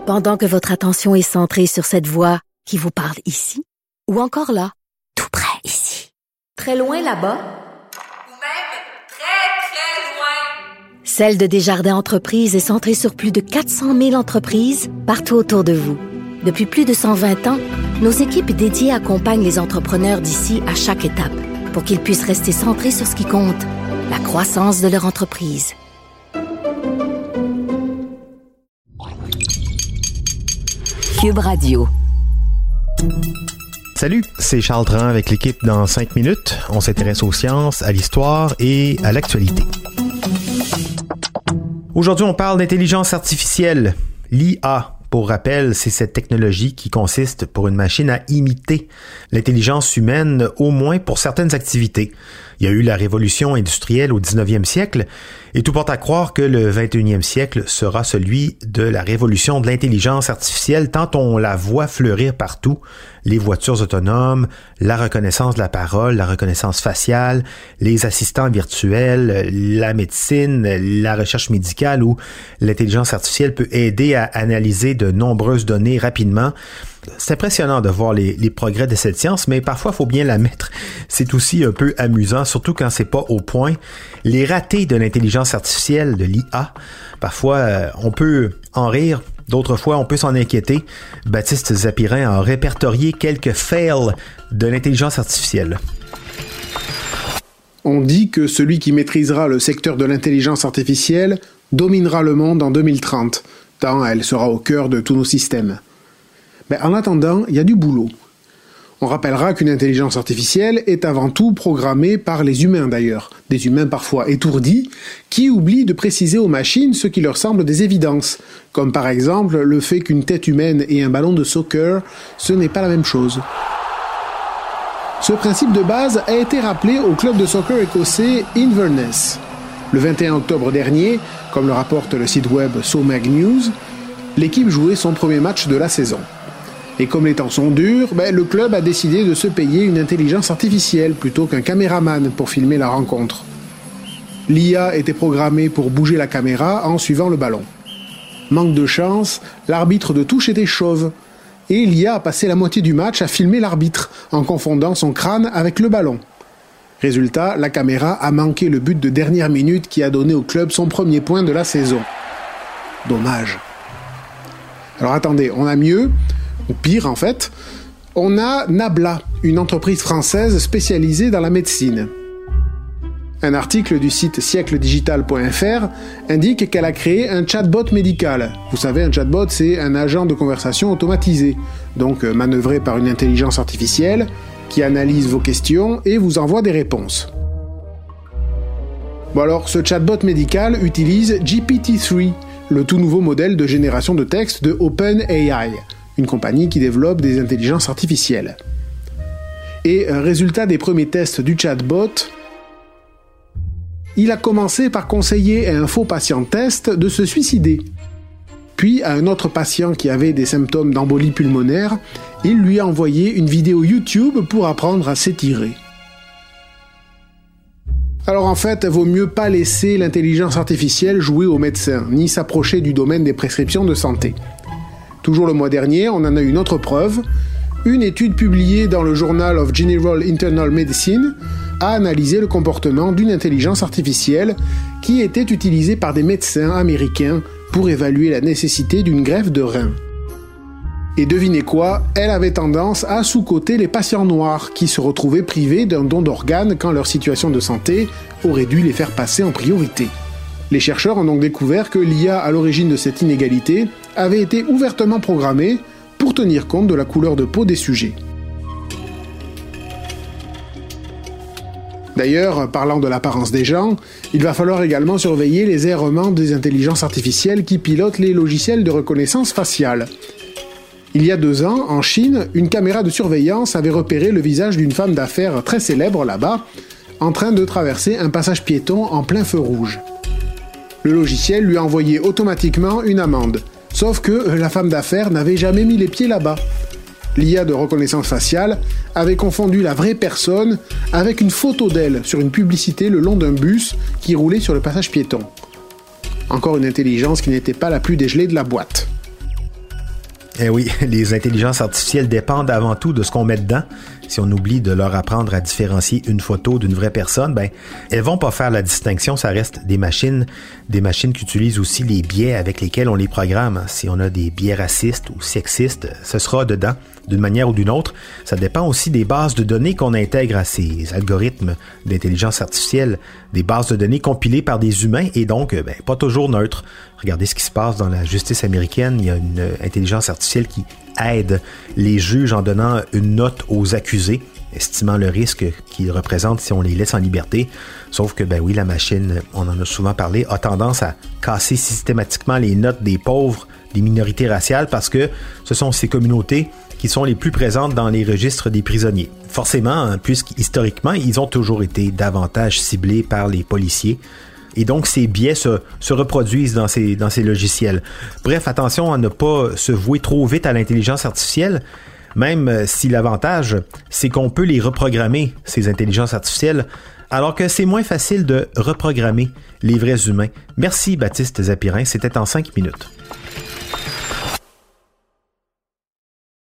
Pendant que votre attention est centrée sur cette voix qui vous parle ici, ou encore là, tout près ici, très loin là-bas, ou même très, très loin. Celle de Desjardins Entreprises est centrée sur plus de 400 000 entreprises partout autour de vous. Depuis plus de 120 ans, nos équipes dédiées accompagnent les entrepreneurs d'ici à chaque étape pour qu'ils puissent rester centrés sur ce qui compte, la croissance de leur entreprise. Cube Radio. Salut, c'est Charles Tran avec l'équipe dans 5 minutes. On s'intéresse aux sciences, à l'histoire et à l'actualité. Aujourd'hui, on parle d'intelligence artificielle, l'IA. Pour rappel, c'est cette technologie qui consiste pour une machine à imiter l'intelligence humaine, au moins pour certaines activités. Il y a eu la révolution industrielle au 19e siècle et tout porte à croire que le 21e siècle sera celui de la révolution de l'intelligence artificielle tant on la voit fleurir partout. Les voitures autonomes, la reconnaissance de la parole, la reconnaissance faciale, les assistants virtuels, la médecine, la recherche médicale où l'intelligence artificielle peut aider à analyser de nombreuses données rapidement. C'est impressionnant de voir les progrès de cette science, mais parfois, il faut bien l'admettre. C'est aussi un peu amusant, surtout quand c'est pas au point. Les ratés de l'intelligence artificielle, de l'IA, parfois, on peut en rire. D'autres fois, on peut s'en inquiéter. Baptiste Zapirin a répertorié quelques fails de l'intelligence artificielle. On dit que celui qui maîtrisera le secteur de l'intelligence artificielle dominera le monde en 2030, tant elle sera au cœur de tous nos systèmes. Mais en attendant, il y a du boulot. On rappellera qu'une intelligence artificielle est avant tout programmée par les humains d'ailleurs, des humains parfois étourdis, qui oublient de préciser aux machines ce qui leur semble des évidences, comme par exemple le fait qu'une tête humaine et un ballon de soccer, ce n'est pas la même chose. Ce principe de base a été rappelé au club de soccer écossais Inverness. Le 21 octobre dernier, comme le rapporte le site web SoMag News, l'équipe jouait son premier match de la saison. Et comme les temps sont durs, le club a décidé de se payer une intelligence artificielle plutôt qu'un caméraman pour filmer la rencontre. L'IA était programmée pour bouger la caméra en suivant le ballon. Manque de chance, l'arbitre de touche était chauve. Et l'IA a passé la moitié du match à filmer l'arbitre en confondant son crâne avec le ballon. Résultat, la caméra a manqué le but de dernière minute qui a donné au club son premier point de la saison. Dommage. Alors attendez, on a mieux, ou pire en fait, on a Nabla, une entreprise française spécialisée dans la médecine. Un article du site siècledigital.fr indique qu'elle a créé un chatbot médical. Vous savez, un chatbot, c'est un agent de conversation automatisé, donc manœuvré par une intelligence artificielle qui analyse vos questions et vous envoie des réponses. Bon alors, ce chatbot médical utilise GPT-3, le tout nouveau modèle de génération de texte de OpenAI, une compagnie qui développe des intelligences artificielles. Et résultat des premiers tests du chatbot, il a commencé par conseiller à un faux patient test de se suicider. Puis, à un autre patient qui avait des symptômes d'embolie pulmonaire, il lui a envoyé une vidéo YouTube pour apprendre à s'étirer. Alors en fait, il vaut mieux pas laisser l'intelligence artificielle jouer aux médecins, ni s'approcher du domaine des prescriptions de santé. Toujours le mois dernier, on en a une autre preuve. Une étude publiée dans le Journal of General Internal Medicine a analysé le comportement d'une intelligence artificielle qui était utilisée par des médecins américains pour évaluer la nécessité d'une greffe de rein. Et devinez quoi, elle avait tendance à sous-coter les patients noirs qui se retrouvaient privés d'un don d'organes quand leur situation de santé aurait dû les faire passer en priorité. Les chercheurs ont donc découvert que l'IA à l'origine de cette inégalité avait été ouvertement programmée pour tenir compte de la couleur de peau des sujets. D'ailleurs, parlant de l'apparence des gens, il va falloir également surveiller les errements des intelligences artificielles qui pilotent les logiciels de reconnaissance faciale. Il y a 2 ans, en Chine, une caméra de surveillance avait repéré le visage d'une femme d'affaires très célèbre là-bas, en train de traverser un passage piéton en plein feu rouge. Le logiciel lui a envoyé automatiquement une amende, sauf que la femme d'affaires n'avait jamais mis les pieds là-bas. L'IA de reconnaissance faciale avait confondu la vraie personne avec une photo d'elle sur une publicité le long d'un bus qui roulait sur le passage piéton. Encore une intelligence qui n'était pas la plus dégelée de la boîte. Eh oui, les intelligences artificielles dépendent avant tout de ce qu'on met dedans. Si on oublie de leur apprendre à différencier une photo d'une vraie personne, ben, elles vont pas faire la distinction. Ça reste des machines qui utilisent aussi les biais avec lesquels on les programme. Si on a des biais racistes ou sexistes, ce sera dedans, d'une manière ou d'une autre. Ça dépend aussi des bases de données qu'on intègre à ces algorithmes d'intelligence artificielle, des bases de données compilées par des humains et donc pas toujours neutres. Regardez ce qui se passe dans la justice américaine. Il y a une intelligence artificielle qui aide les juges en donnant une note aux accusés, estimant le risque qu'ils représentent si on les laisse en liberté. Sauf que, la machine, on en a souvent parlé, a tendance à casser systématiquement les notes des pauvres, des minorités raciales, parce que ce sont ces communautés qui sont les plus présentes dans les registres des prisonniers. Forcément, puisqu'historiquement, ils ont toujours été davantage ciblés par les policiers. Et donc, ces biais se reproduisent dans ces logiciels. Bref, attention à ne pas se vouer trop vite à l'intelligence artificielle, même si l'avantage, c'est qu'on peut les reprogrammer, ces intelligences artificielles, alors que c'est moins facile de reprogrammer les vrais humains. Merci Baptiste Zapirin, c'était en 5 minutes.